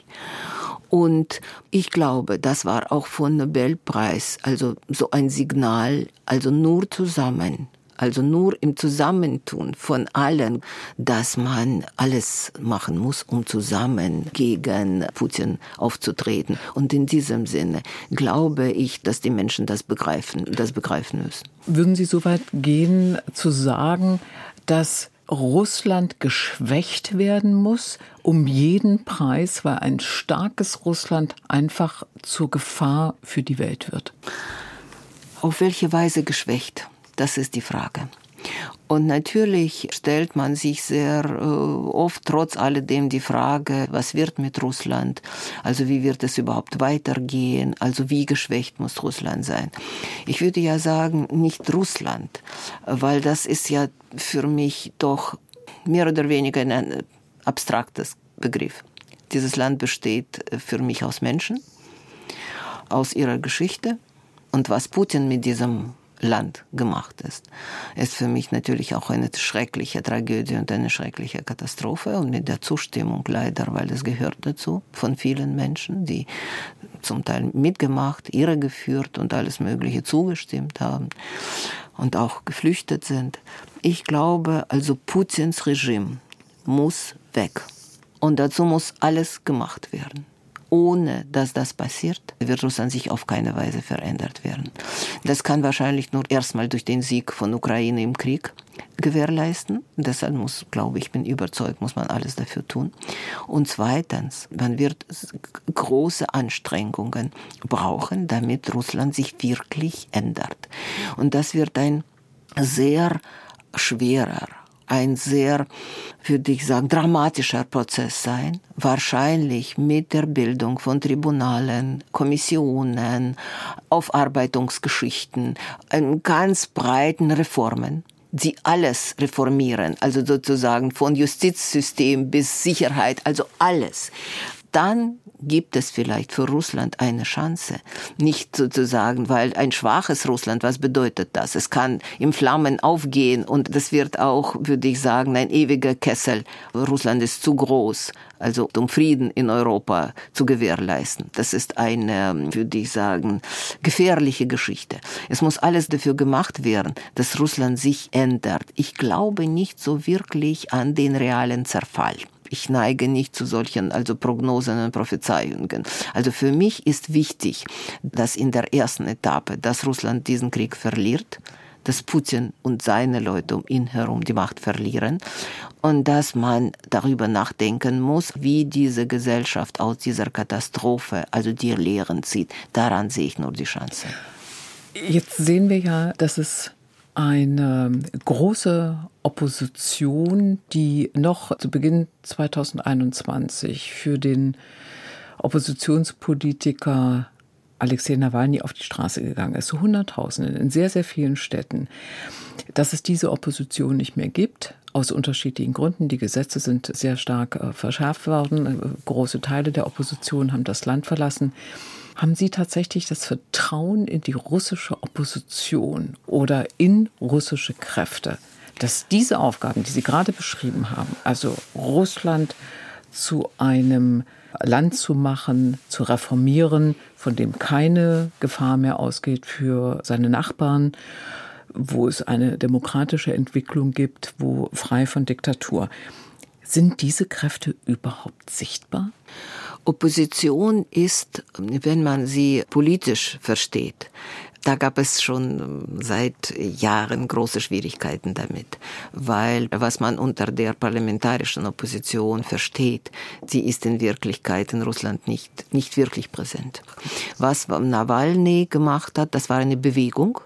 Und ich glaube, das war auch von Nobelpreis, also so ein Signal, also nur zusammen, also nur im Zusammentun von allen, dass man alles machen muss, um zusammen gegen Putin aufzutreten. Und in diesem Sinne glaube ich, dass die Menschen das begreifen müssen. Würden Sie so weit gehen, zu sagen, dass Russland geschwächt werden muss, um jeden Preis, weil ein starkes Russland einfach zur Gefahr für die Welt wird? Auf welche Weise geschwächt? Das ist die Frage. Und natürlich stellt man sich sehr oft trotz alledem die Frage, was wird mit Russland? Also wie wird es überhaupt weitergehen? Also wie geschwächt muss Russland sein? Ich würde ja sagen, nicht Russland, weil das ist ja für mich doch mehr oder weniger ein abstraktes Begriff. Dieses Land besteht für mich aus Menschen, aus ihrer Geschichte und was Putin mit diesem Land gemacht ist für mich natürlich auch eine schreckliche Tragödie und eine schreckliche Katastrophe und mit der Zustimmung leider, weil es gehört dazu, von vielen Menschen, die zum Teil mitgemacht, irregeführt und alles Mögliche zugestimmt haben und auch geflüchtet sind. Ich glaube, also Putins Regime muss weg und dazu muss alles gemacht werden. Ohne dass das passiert, wird Russland sich auf keine Weise verändert werden. Das kann wahrscheinlich nur erstmal durch den Sieg von Ukraine im Krieg gewährleisten. Deshalb bin überzeugt, muss man alles dafür tun. Und zweitens, man wird große Anstrengungen brauchen, damit Russland sich wirklich ändert. Und das wird ein sehr schwerer, ein sehr, würde ich sagen, dramatischer Prozess sein. Wahrscheinlich mit der Bildung von Tribunalen, Kommissionen, Aufarbeitungsgeschichten, einen ganz breiten Reformen, die alles reformieren, also sozusagen von Justizsystem bis Sicherheit, also alles. dann gibt es vielleicht für Russland eine Chance. Nicht sozusagen, weil ein schwaches Russland, was bedeutet das? Es kann in Flammen aufgehen und das wird auch, würde ich sagen, ein ewiger Kessel. Russland ist zu groß, also um Frieden in Europa zu gewährleisten. Das ist eine, würde ich sagen, gefährliche Geschichte. Es muss alles dafür gemacht werden, dass Russland sich ändert. Ich glaube nicht so wirklich an den realen Zerfall. Ich neige nicht zu solchen Prognosen und Prophezeiungen. Also für mich ist wichtig, dass in der ersten Etappe, dass Russland diesen Krieg verliert, dass Putin und seine Leute um ihn herum die Macht verlieren und dass man darüber nachdenken muss, wie diese Gesellschaft aus dieser Katastrophe, also die Lehren zieht. Daran sehe ich nur die Chance. Jetzt sehen wir ja, dass es eine große Opposition, die noch zu Beginn 2021 für den Oppositionspolitiker Alexei Nawalny auf die Straße gegangen ist, so Hunderttausende in sehr, sehr vielen Städten, dass es diese Opposition nicht mehr gibt, aus unterschiedlichen Gründen. Die Gesetze sind sehr stark verschärft worden. Große Teile der Opposition haben das Land verlassen. Haben Sie tatsächlich das Vertrauen in die russische Opposition oder in russische Kräfte, dass diese Aufgaben, die Sie gerade beschrieben haben, also Russland zu einem Land zu machen, zu reformieren, von dem keine Gefahr mehr ausgeht für seine Nachbarn, wo es eine demokratische Entwicklung gibt, wo frei von Diktatur. Sind diese Kräfte überhaupt sichtbar? Opposition ist, wenn man sie politisch versteht, da gab es schon seit Jahren große Schwierigkeiten damit, weil was man unter der parlamentarischen Opposition versteht, sie ist in Wirklichkeit in Russland nicht wirklich präsent. Was Nawalny gemacht hat, das war eine Bewegung.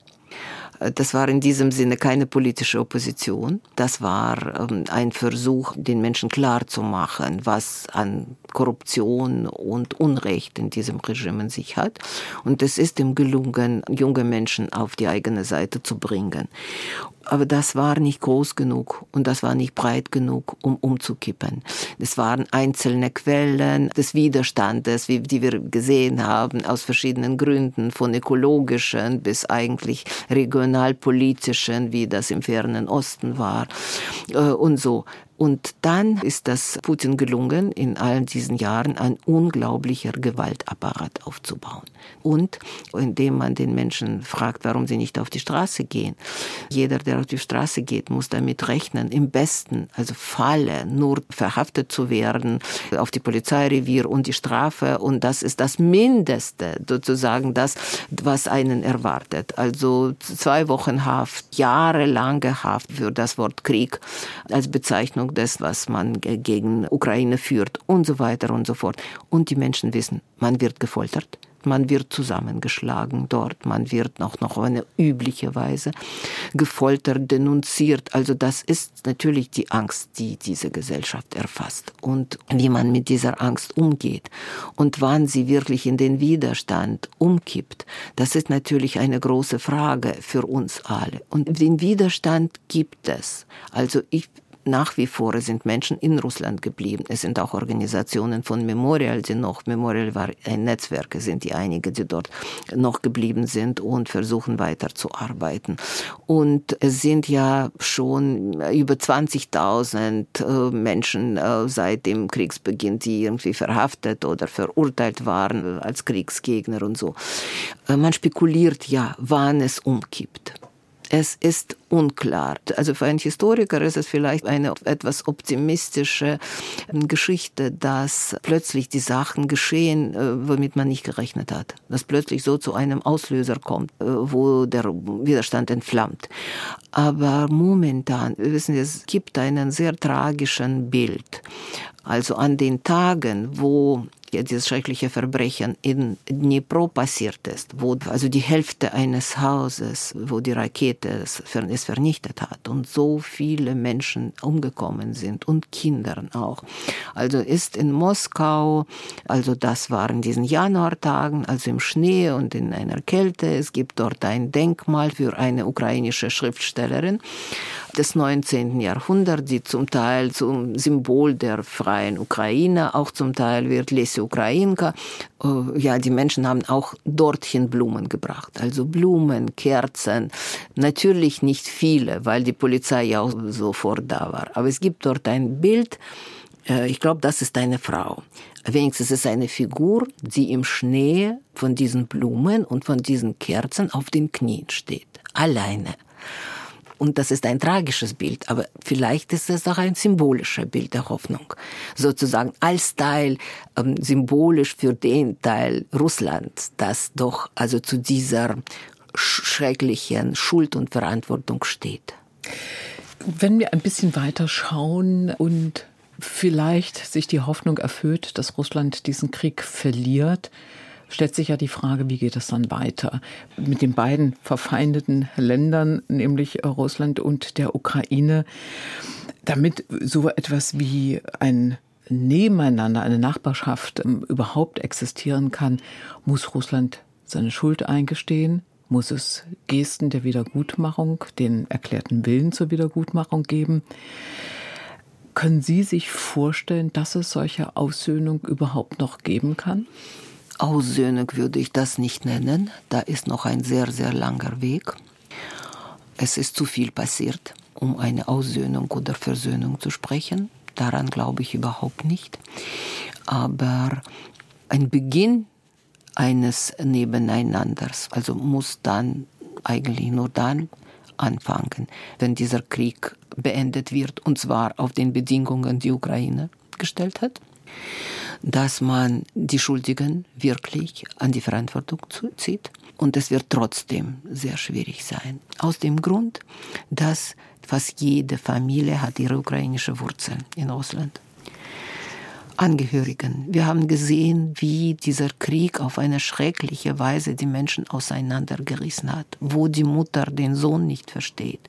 Das war in diesem Sinne keine politische Opposition. Das war ein Versuch, den Menschen klarzumachen, was an Korruption und Unrecht in diesem Regime in sich hat. Und es ist ihm gelungen, junge Menschen auf die eigene Seite zu bringen. Aber das war nicht groß genug und das war nicht breit genug, um umzukippen. Es waren einzelne Quellen des Widerstandes, die wir gesehen haben, aus verschiedenen Gründen, von ökologischen bis eigentlich regionalpolitischen, wie das im fernen Osten war und so. Und dann ist das Putin gelungen, in all diesen Jahren ein unglaublicher Gewaltapparat aufzubauen. Und indem man den Menschen fragt, warum sie nicht auf die Straße gehen. Jeder, der auf die Straße geht, muss damit rechnen, im besten Falle nur verhaftet zu werden, auf die Polizeirevier und die Strafe. Und das ist das Mindeste, sozusagen das, was einen erwartet. Also 2 Wochen Haft, jahrelange Haft für das Wort Krieg als Bezeichnung des, was man gegen Ukraine führt und so weiter und so fort. Und die Menschen wissen, man wird gefoltert, man wird zusammengeschlagen dort, man wird noch auf eine übliche Weise gefoltert, denunziert. Also das ist natürlich die Angst, die diese Gesellschaft erfasst und wie man mit dieser Angst umgeht und wann sie wirklich in den Widerstand umkippt. Das ist natürlich eine große Frage für uns alle. Und den Widerstand gibt es. Also nach wie vor sind Menschen in Russland geblieben. Es sind auch Organisationen von Memorial, Memorial war ein Netzwerk, es sind die einige, die dort noch geblieben sind und versuchen weiterzuarbeiten. Und es sind ja schon über 20.000 Menschen seit dem Kriegsbeginn, die irgendwie verhaftet oder verurteilt waren als Kriegsgegner und so. Man spekuliert ja, wann es umkippt. Es ist unklar. Also für einen Historiker ist es vielleicht eine etwas optimistische Geschichte, dass plötzlich die Sachen geschehen, womit man nicht gerechnet hat. Dass plötzlich so zu einem Auslöser kommt, wo der Widerstand entflammt. Aber momentan, wir wissen, es gibt einen sehr tragischen Bild. Also an den Tagen, wo dieses schreckliche Verbrechen in Dnipro passiert ist, wo also die Hälfte eines Hauses, wo die Rakete es vernichtet hat und so viele Menschen umgekommen sind und Kindern auch. Also ist in Moskau, also das war in diesen Januartagen, also im Schnee und in einer Kälte, es gibt dort ein Denkmal für eine ukrainische Schriftstellerin des 19. Jahrhunderts, die zum Teil zum Symbol der freien Ukraine, auch zum Teil wird Lesya Ukrainka. Ja, die Menschen haben auch dorthin Blumen gebracht. Also Blumen, Kerzen, natürlich nicht viele, weil die Polizei ja auch sofort da war. Aber es gibt dort ein Bild, ich glaube, das ist eine Frau. Wenigstens ist es eine Figur, die im Schnee von diesen Blumen und von diesen Kerzen auf den Knien steht. Alleine. Und das ist ein tragisches Bild, aber vielleicht ist es auch ein symbolisches Bild der Hoffnung. Sozusagen als Teil, symbolisch für den Teil Russlands, das doch also zu dieser schrecklichen Schuld und Verantwortung steht. Wenn wir ein bisschen weiter schauen und vielleicht sich die Hoffnung erfüllt, dass Russland diesen Krieg verliert, stellt sich ja die Frage, wie geht es dann weiter mit den beiden verfeindeten Ländern, nämlich Russland und der Ukraine, damit so etwas wie ein Nebeneinander, eine Nachbarschaft überhaupt existieren kann, muss Russland seine Schuld eingestehen, muss es Gesten der Wiedergutmachung, den erklärten Willen zur Wiedergutmachung geben. Können Sie sich vorstellen, dass es solche Aussöhnung überhaupt noch geben kann? Aussöhnung würde ich das nicht nennen. Da ist noch ein sehr, sehr langer Weg. Es ist zu viel passiert, um eine Aussöhnung oder Versöhnung zu sprechen. Daran glaube ich überhaupt nicht. Aber ein Beginn eines Nebeneinanders, also muss dann eigentlich nur dann anfangen, wenn dieser Krieg beendet wird, und zwar auf den Bedingungen, die Ukraine gestellt hat, dass man die Schuldigen wirklich an die Verantwortung zieht. Und es wird trotzdem sehr schwierig sein. Aus dem Grund, dass fast jede Familie hat ihre ukrainische Wurzeln in Russland. Angehörigen. Wir haben gesehen, wie dieser Krieg auf eine schreckliche Weise die Menschen auseinandergerissen hat, wo die Mutter den Sohn nicht versteht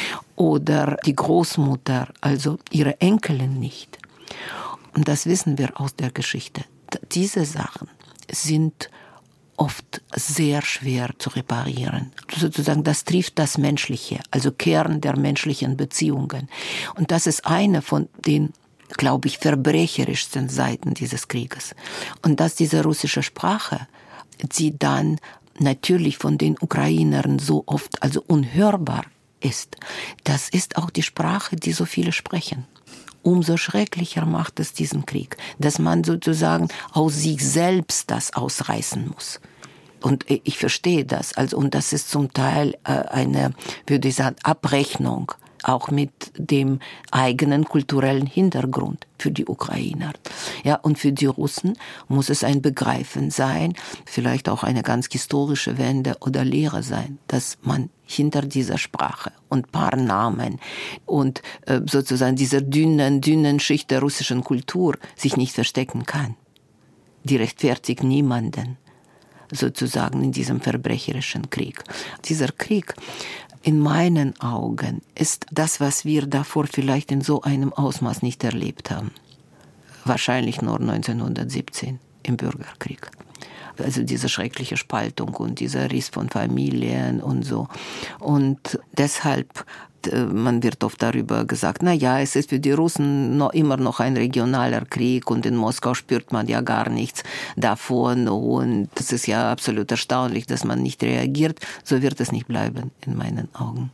oder die Großmutter, also ihre Enkelin nicht. Und das wissen wir aus der Geschichte. Diese Sachen sind oft sehr schwer zu reparieren. Sozusagen, das trifft das Menschliche, also Kern der menschlichen Beziehungen. Und das ist eine von den, glaube ich, verbrecherischsten Seiten dieses Krieges. Und dass diese russische Sprache, die dann natürlich von den Ukrainern so oft also unhörbar ist, das ist auch die Sprache, die so viele sprechen. Umso schrecklicher macht es diesen Krieg, dass man sozusagen aus sich selbst das ausreißen muss. Und ich verstehe das. Also, und das ist zum Teil eine, würde ich sagen, Abrechnung, auch mit dem eigenen kulturellen Hintergrund für die Ukrainer. Ja, und für die Russen muss es ein Begreifen sein, vielleicht auch eine ganz historische Wende oder Lehre sein, dass man hinter dieser Sprache und paar Namen und sozusagen dieser dünnen Schicht der russischen Kultur sich nicht verstecken kann. Die rechtfertigt niemanden, sozusagen in diesem verbrecherischen Krieg. Dieser Krieg, in meinen Augen, ist das, was wir davor vielleicht in so einem Ausmaß nicht erlebt haben. Wahrscheinlich nur 1917 im Bürgerkrieg. Also diese schreckliche Spaltung und dieser Riss von Familien und so. Und deshalb, man wird oft darüber gesagt, na ja, es ist für die Russen immer noch ein regionaler Krieg und in Moskau spürt man ja gar nichts davon und das ist ja absolut erstaunlich, dass man nicht reagiert. So wird es nicht bleiben, in meinen Augen.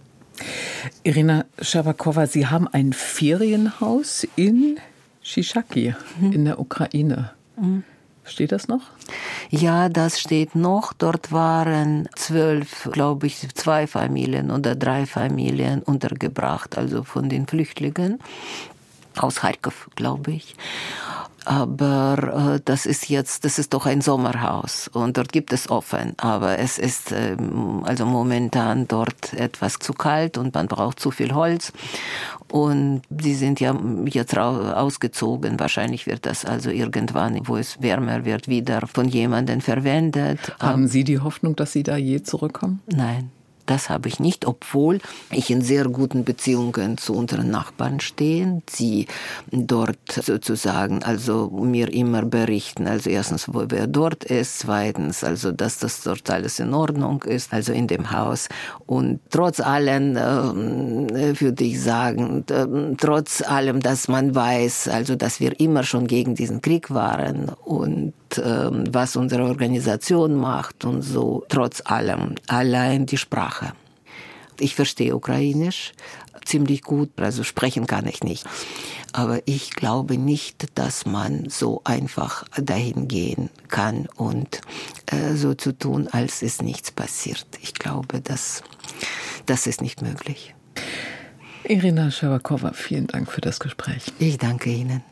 Irina Scherbakowa, Sie haben ein Ferienhaus in Shishaki in der Ukraine. Steht das noch? Ja, das steht noch. Dort waren 12, glaube ich, 2 Familien oder 3 Familien untergebracht, also von den Flüchtlingen aus Charkiw, glaube ich. aber das ist doch ein Sommerhaus und dort gibt es offen, aber es ist also momentan dort etwas zu kalt und man braucht zu viel Holz und sie sind ja jetzt ausgezogen. Wahrscheinlich wird das also irgendwann, wo es wärmer wird, wieder von jemandem verwendet. Haben Sie die Hoffnung, dass Sie da je zurückkommen? Nein. Das habe ich nicht, obwohl ich in sehr guten Beziehungen zu unseren Nachbarn stehe, die dort sozusagen also mir immer berichten, also erstens, wer dort ist, zweitens, also dass das dort alles in Ordnung ist, also in dem Haus. Und trotz allem würde ich sagen, trotz allem, dass man weiß, also dass wir immer schon gegen diesen Krieg waren und was unsere Organisation macht und so, trotz allem, allein die Sprache. Ich verstehe Ukrainisch ziemlich gut, also sprechen kann ich nicht. Aber ich glaube nicht, dass man so einfach dahin gehen kann und so zu tun, als ist nichts passiert. Ich glaube, das ist nicht möglich. Irina Scherbakowa, vielen Dank für das Gespräch. Ich danke Ihnen.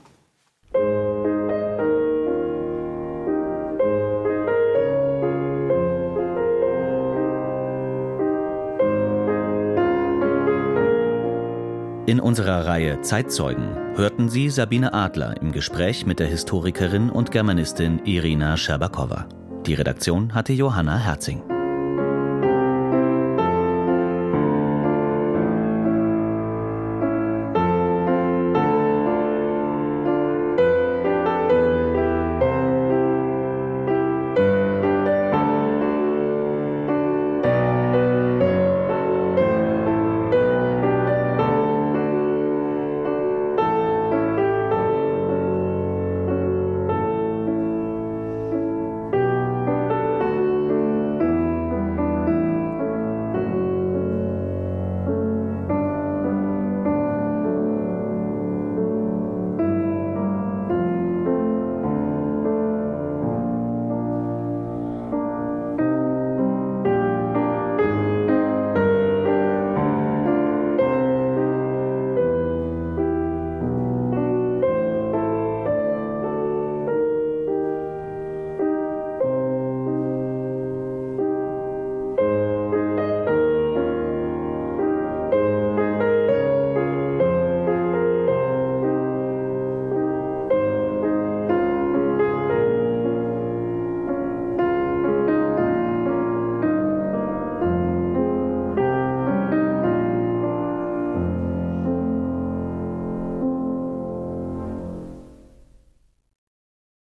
In unserer Reihe Zeitzeugen hörten Sie Sabine Adler im Gespräch mit der Historikerin und Germanistin Irina Scherbakowa. Die Redaktion hatte Johanna Herzing.